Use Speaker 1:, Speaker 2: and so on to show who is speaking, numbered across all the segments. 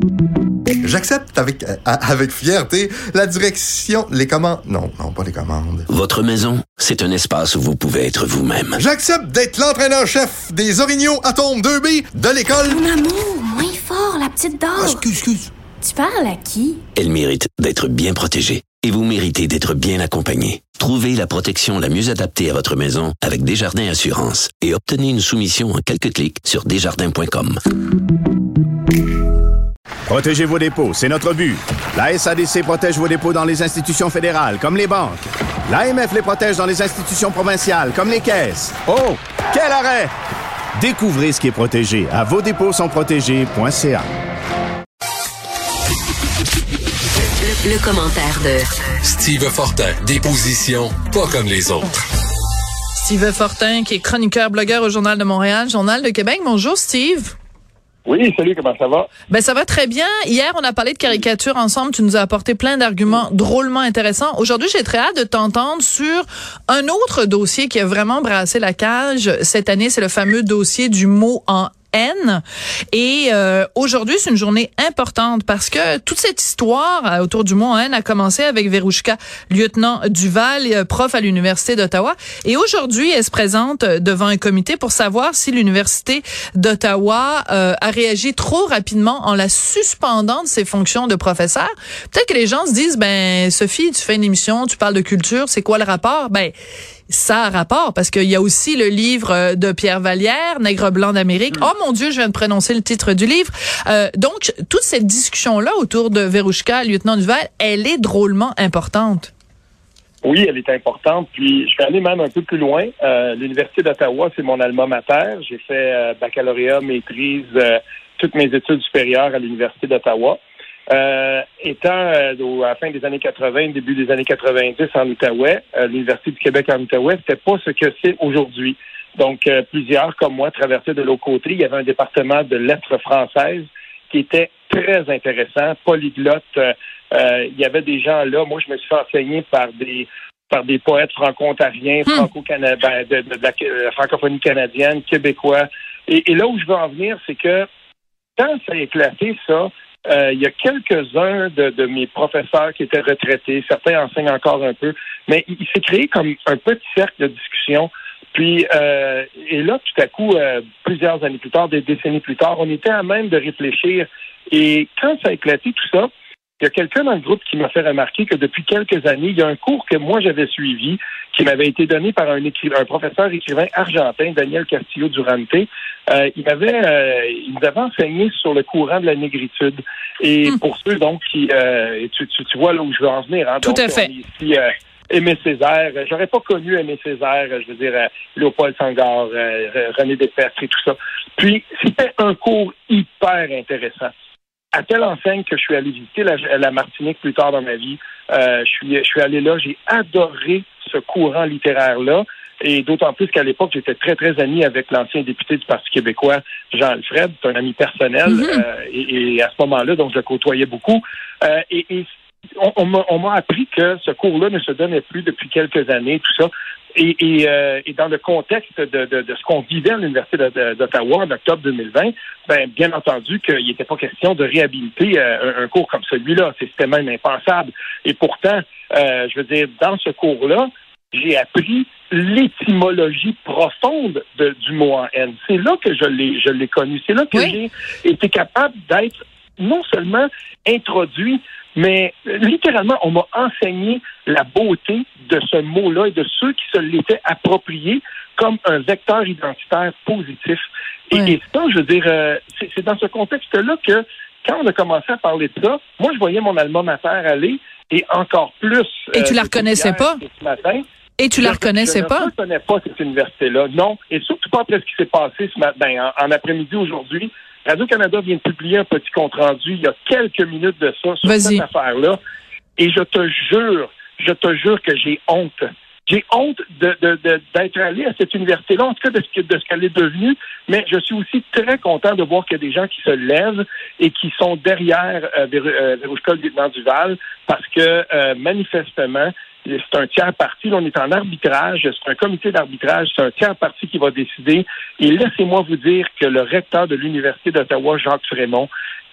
Speaker 1: J'accepte avec fierté la direction, les commandes. Non, pas les commandes.
Speaker 2: Votre maison, c'est un espace où vous pouvez être vous-même.
Speaker 1: J'accepte d'être l'entraîneur-chef des Orignaux Atomes 2B de l'école.
Speaker 3: Mon amour, moins fort, la petite dame.
Speaker 1: Excuse.
Speaker 3: Tu parles à qui?
Speaker 2: Elle mérite d'être bien protégée. Et vous méritez d'être bien accompagné. Trouvez la protection la mieux adaptée à votre maison avec Desjardins Assurance et obtenez une soumission en quelques clics sur desjardins.com.
Speaker 4: Protégez vos dépôts, c'est notre but. La SADC protège vos dépôts dans les institutions fédérales, comme les banques. L'AMF les protège dans les institutions provinciales, comme les caisses. Oh, quel arrêt! Découvrez ce qui est protégé à vosdépôtssontprotégés.ca.
Speaker 5: Le commentaire de
Speaker 6: Steve Fortin, des positions pas comme les autres.
Speaker 7: Steve Fortin, qui est chroniqueur, blogueur au Journal de Montréal, Journal de Québec. Bonjour, Steve.
Speaker 8: Oui, salut, comment ça va?
Speaker 7: Ben, ça va très bien. Hier, on a parlé de caricature ensemble. Tu nous as apporté plein d'arguments drôlement intéressants. Aujourd'hui, j'ai très hâte de t'entendre sur un autre dossier qui a vraiment brassé la cage cette année. C'est le fameux dossier du mot en haine. Et aujourd'hui, c'est une journée importante parce que toute cette histoire autour du mot en haine a commencé avec Verouchka, lieutenant Duval, prof à l'Université d'Ottawa. Et aujourd'hui, elle se présente devant un comité pour savoir si l'Université d'Ottawa a réagi trop rapidement en la suspendant de ses fonctions de professeur. Peut-être que les gens se disent, ben Sophie, tu fais une émission, tu parles de culture, c'est quoi le rapport? Ben ça a rapport parce qu'il y a aussi le livre de Pierre Vallière, Nègre blanc d'Amérique. Oh mon Dieu, je viens de prononcer le titre du livre. Donc, toute cette discussion-là autour de Verouchka, lieutenant Duval, elle est drôlement importante.
Speaker 8: Oui, elle est importante. Puis, je vais aller même un peu plus loin. L'Université d'Ottawa, c'est mon alma mater. J'ai fait baccalauréat, maîtrise, toutes mes études supérieures à l'Université d'Ottawa. Étant à la fin des années 80, début des années 90 en Outaouais, l'Université du Québec en Outaouais, c'était pas ce que c'est aujourd'hui. Donc, plusieurs, comme moi, traversaient de l'autre côté. Il y avait un département de lettres françaises qui était très intéressant, polyglotte. Il y avait des gens là. Moi, je me suis fait enseigner par des poètes franco-ontariens, franco-canadiens, de la francophonie canadienne, québécois. Et là où je veux en venir, c'est que quand ça a éclaté, ça, il y a quelques-uns de mes professeurs qui étaient retraités, certains enseignent encore un peu, mais il s'est créé comme un petit cercle de discussion. Puis, et là, tout à coup, plusieurs années plus tard, des décennies plus tard, on était à même de réfléchir. Et quand ça a éclaté, tout ça, il y a quelqu'un dans le groupe qui m'a fait remarquer que depuis quelques années, il y a un cours que moi j'avais suivi, qui m'avait été donné par un professeur écrivain argentin, Daniel Castillo Durante. Il nous avait enseigné sur le courant de la négritude. Et pour ceux donc qui, tu vois là où je veux en venir, hein,
Speaker 7: tout
Speaker 8: donc,
Speaker 7: à fait.
Speaker 8: On est ici, Aimé Césaire, j'aurais pas connu Aimé Césaire, je veux dire Léopold Senghor, René Despestre et tout ça. Puis c'était un cours hyper intéressant. À telle enseigne que je suis allé visiter la Martinique plus tard dans ma vie, je suis allé là, j'ai adoré ce courant littéraire-là, et d'autant plus qu'à l'époque, j'étais très, très ami avec l'ancien député du Parti québécois, Jean Alfred, c'est un ami personnel, et à ce moment-là, donc je le côtoyais beaucoup, et on m'a appris que ce cours-là ne se donnait plus depuis quelques années, tout ça. Et dans le contexte de ce qu'on vivait à l'Université d'Ottawa en octobre 2020, ben bien entendu qu'il n'était pas question de réhabiliter un cours comme celui-là. C'était même impensable. Et pourtant, je veux dire, dans ce cours-là, j'ai appris l'étymologie profonde du mot en haine. C'est là que je l'ai connu. C'est là que j'ai été capable d'être non seulement introduit, mais littéralement, on m'a enseigné la beauté de ce mot-là et de ceux qui se l'étaient appropriés comme un vecteur identitaire positif. Et ça, je veux dire, c'est dans ce contexte-là que, quand on a commencé à parler de ça, moi, je voyais mon alma mater aller, et encore plus...
Speaker 7: Et tu la reconnaissais pas?
Speaker 8: Ce matin,
Speaker 7: et tu la reconnaissais pas?
Speaker 8: Je ne reconnais pas cette université-là, non. Et surtout pas après ce qui s'est passé ce matin, en après-midi aujourd'hui. Radio-Canada vient de publier un petit compte-rendu il y a quelques minutes de ça sur cette affaire-là. Et je te jure que j'ai honte. J'ai honte d'être allé à cette université-là, en tout cas de ce qu'elle est devenue, mais je suis aussi très content de voir qu'il y a des gens qui se lèvent et qui sont derrière Verouchka, le lieutenant Duval, parce que manifestement, c'est un tiers parti. Là, on est en arbitrage. C'est un comité d'arbitrage. C'est un tiers parti qui va décider. Et laissez-moi vous dire que le recteur de l'Université d'Ottawa, Jacques Frémont,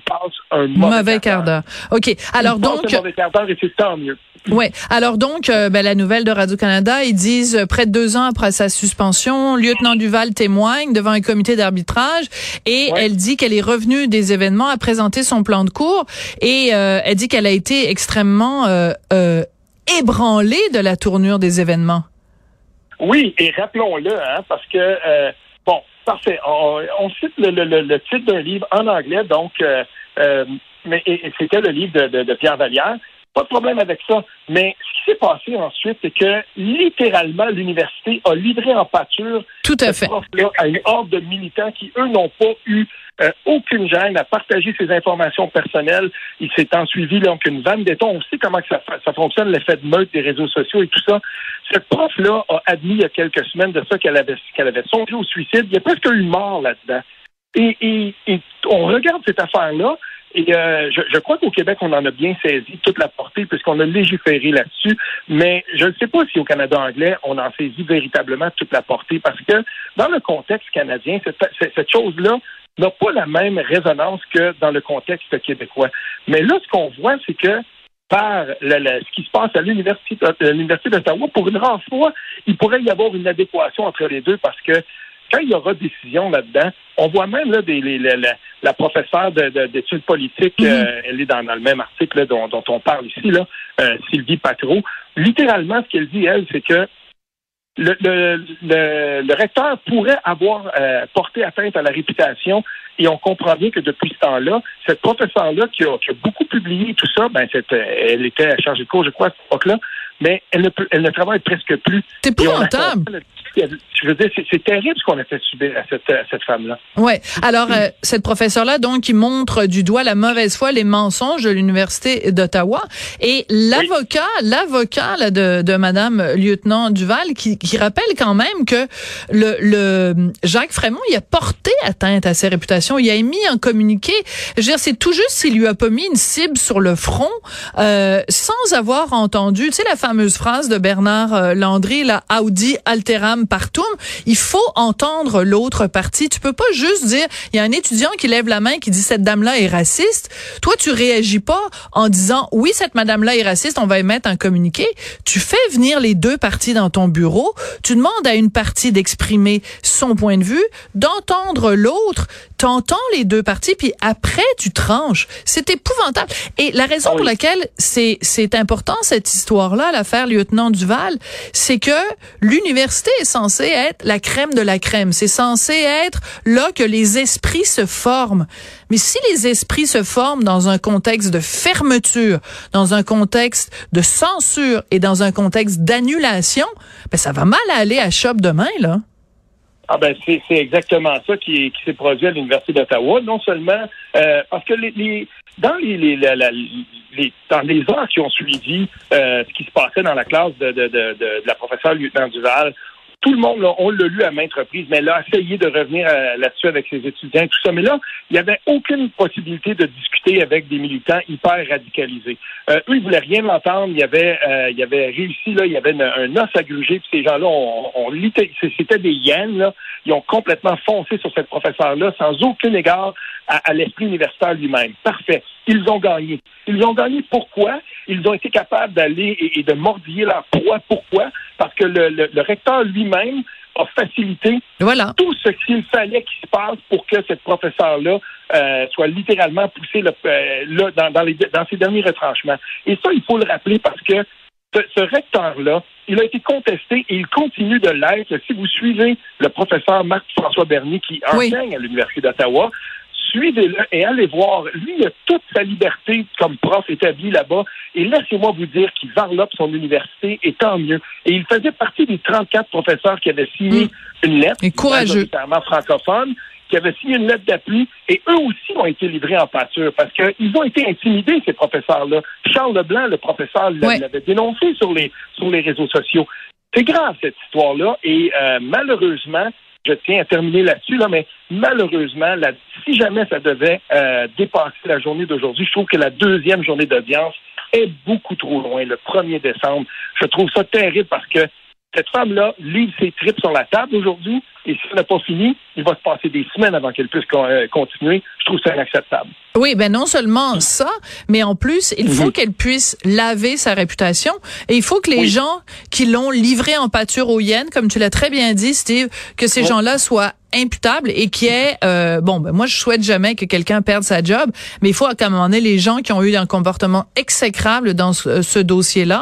Speaker 8: passe un
Speaker 7: mauvais quart d'heure. OK. Alors donc
Speaker 8: un mauvais quart d'heure et c'est tant mieux.
Speaker 7: Ouais. Alors donc, la nouvelle de Radio-Canada, ils disent près de 2 ans après sa suspension, lieutenant Duval témoigne devant un comité d'arbitrage et elle dit qu'elle est revenue des événements, a présenté son plan de cours et elle dit qu'elle a été extrêmement ébranlée de la tournure des événements.
Speaker 8: Oui, et rappelons-le, parce que bon, parfait. On cite le titre d'un livre en anglais, donc, mais c'était le livre de Pierre Vallière. Pas de problème avec ça. Mais ce qui s'est passé ensuite, c'est que littéralement, l'université a livré en pâture ce prof-là à une horde de militants qui, eux, n'ont pas eu aucune gêne à partager ces informations personnelles. Il s'est ensuivi donc une vanne d'éton. On sait comment que ça fonctionne, l'effet de meute des réseaux sociaux et tout ça. Cette prof-là a admis il y a quelques semaines de ça qu'elle avait songé au suicide. Il y a presque eu mort là-dedans. Et on regarde cette affaire-là. Et je crois qu'au Québec, on en a bien saisi toute la portée puisqu'on a légiféré là-dessus. Mais je ne sais pas si au Canada anglais, on en saisit véritablement toute la portée parce que dans le contexte canadien, cette chose-là n'a pas la même résonance que dans le contexte québécois. Mais là, ce qu'on voit, c'est que par ce qui se passe à l'Université d'Ottawa, pour une rare fois, il pourrait y avoir une adéquation entre les deux parce que quand il y aura décision là-dedans, on voit même là la professeure d'études politiques, elle est dans le même article là, dont on parle ici, là, Sylvie Patreau. Littéralement, ce qu'elle dit, elle, c'est que le recteur pourrait avoir porté atteinte à la réputation et on comprend bien que depuis ce temps-là, cette professeure-là qui a beaucoup publié tout ça, elle était chargée de cours, je crois, à cette époque-là, mais elle ne travaille presque plus.
Speaker 7: C'est épouvantable.
Speaker 8: Je veux dire, c'est terrible ce qu'on a fait subir à cette femme-là.
Speaker 7: Ouais. Alors, cette professeure-là, donc, qui montre du doigt la mauvaise foi, les mensonges de l'Université d'Ottawa. Et l'avocat là, de Madame Lieutenant Duval, qui rappelle quand même que le Jacques Frémont, il a porté atteinte à ses réputations. Il a émis un communiqué. Je veux dire, c'est tout juste s'il lui a pas mis une cible sur le front, sans avoir entendu, tu sais, la fameuse phrase de Bernard Landry, la Audi alteram partum. Il faut entendre l'autre partie. Tu peux pas juste dire, il y a un étudiant qui lève la main qui dit cette dame-là est raciste. Toi, tu réagis pas en disant oui, cette madame-là est raciste, on va émettre un communiqué. Tu fais venir les deux parties dans ton bureau. Tu demandes à une partie d'exprimer son point de vue, d'entendre l'autre. T'entends les deux parties, puis après, tu tranches. C'est épouvantable. Et la raison pour laquelle c'est important, cette histoire-là, l'affaire Lieutenant Duval, c'est que l'université est censée être la crème de la crème. C'est censé être là que les esprits se forment. Mais si les esprits se forment dans un contexte de fermeture, dans un contexte de censure et dans un contexte d'annulation, ça va mal aller à Shop demain, là.
Speaker 8: Ah c'est exactement ça qui s'est produit à l'Université d'Ottawa. Non seulement parce que dans les heures qui ont suivi ce qui se passait dans la classe de la professeure Lieutenant Duval, tout le monde, là, on l'a lu à maintes reprises, mais elle a essayé de revenir là-dessus avec ses étudiants et tout ça. Mais là, il n'y avait aucune possibilité de discuter avec des militants hyper radicalisés. Eux, ils voulaient rien entendre. Il y avait réussi, là, il y avait un os à gruger, puis ces gens-là, c'était des hyènes, là. Ils ont complètement foncé sur cette professeure-là sans aucun égard à l'esprit universitaire lui-même. Parfait. Ils ont gagné. Ils ont gagné pourquoi? Ils ont été capables d'aller et de mordiller leur proie. Pourquoi? Parce que le recteur lui-même a facilité tout ce qu'il fallait qu'il se passe pour que cette professeure-là soit littéralement poussée dans ses derniers retranchements. Et ça, il faut le rappeler parce que ce recteur-là, il a été contesté et il continue de l'être. Si vous suivez le professeur Marc-François Bernier qui enseigne à l'Université d'Ottawa, suivez-le et allez voir. Lui, il a toute sa liberté comme prof établi là-bas. Et laissez-moi vous dire qu'il varlope son université, et tant mieux. Et il faisait partie des 34 professeurs qui avaient signé une lettre, majoritairement francophone, qui avaient signé une lettre d'appui, et eux aussi ont été livrés en pâture, parce qu'ils ont été intimidés, ces professeurs-là. Charles Leblanc, le professeur, l'avait dénoncé sur les réseaux sociaux. C'est grave, cette histoire-là, et malheureusement, je tiens à terminer là-dessus, mais malheureusement, si jamais ça devait dépasser la journée d'aujourd'hui, je trouve que la deuxième journée d'audience est beaucoup trop loin, le 1er décembre. Je trouve ça terrible parce que cette femme-là livre ses tripes sur la table aujourd'hui. Et si ça n'a pas fini, il va se passer des semaines avant qu'elle puisse continuer. Je trouve ça inacceptable.
Speaker 7: Oui, ben non seulement ça, mais en plus, il faut qu'elle puisse laver sa réputation. Et il faut que les gens qui l'ont livrée en pâture aux hyènes, comme tu l'as très bien dit, Steve, que ces gens-là soient imputables et qui est moi je souhaite jamais que quelqu'un perde sa job, mais il faut à un moment donné les gens qui ont eu un comportement exécrable dans ce dossier-là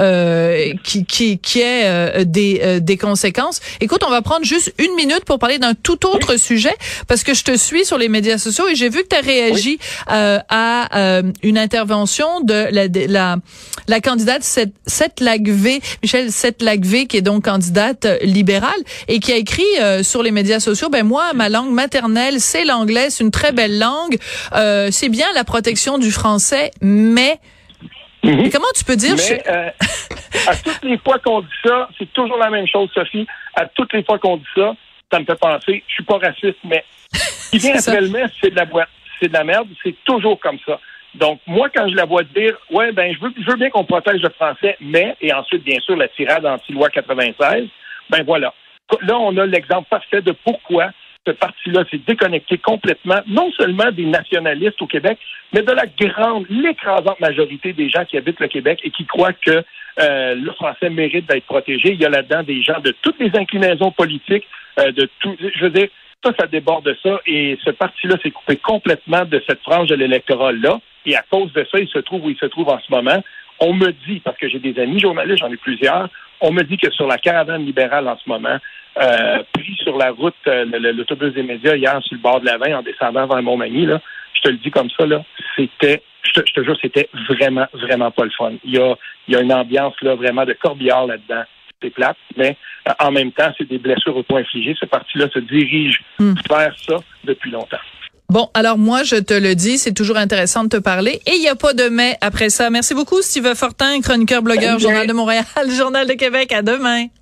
Speaker 7: qui est des conséquences. Écoute, on va prendre juste 1 minute pour parler d'un tout autre sujet parce que je te suis sur les médias sociaux et j'ai vu que tu as réagi à une intervention de la candidate Setlagvé, Michel Setlagvé, qui est donc candidate libérale et qui a écrit sur les médias sociaux, ben moi, ma langue maternelle, c'est l'anglais, c'est une très belle langue. C'est bien la protection du français, mais comment tu peux dire...
Speaker 8: À toutes les fois qu'on dit ça, c'est toujours la même chose, Sophie. À toutes les fois qu'on dit ça, ça me fait penser, je suis pas raciste, mais ce qui vient après le mais, c'est de la boîte. C'est de la merde, c'est toujours comme ça. Donc, moi, quand je la vois dire, je veux bien qu'on protège le français, mais, et ensuite, bien sûr, la tirade anti-loi 96, ben voilà. Là, on a l'exemple parfait de pourquoi ce parti-là s'est déconnecté complètement, non seulement des nationalistes au Québec, mais de l'écrasante majorité des gens qui habitent le Québec et qui croient que le français mérite d'être protégé. Il y a là-dedans des gens de toutes les inclinaisons politiques, je veux dire, ça déborde de ça, et ce parti-là s'est coupé complètement de cette frange de l'électorat-là, et à cause de ça, il se trouve où il se trouve en ce moment. On me dit, parce que j'ai des amis journalistes, j'en ai plusieurs, on me dit que sur la caravane libérale en ce moment, pris sur la route, l'autobus des médias hier sur le bord de la 20 en descendant vers Montmagny, là, je te le dis comme ça, là, c'était, je te jure, c'était vraiment, vraiment pas le fun. Il y a une ambiance là vraiment de corbillard là-dedans. C'est plate, mais en même temps, c'est des blessures auto-infligées. Ce parti-là se dirige vers ça depuis longtemps.
Speaker 7: Bon, alors moi, je te le dis, c'est toujours intéressant de te parler. Et il n'y a pas de mais après ça. Merci beaucoup, Steve Fortin, chroniqueur, blogueur, Journal de Montréal, Journal de Québec. À demain.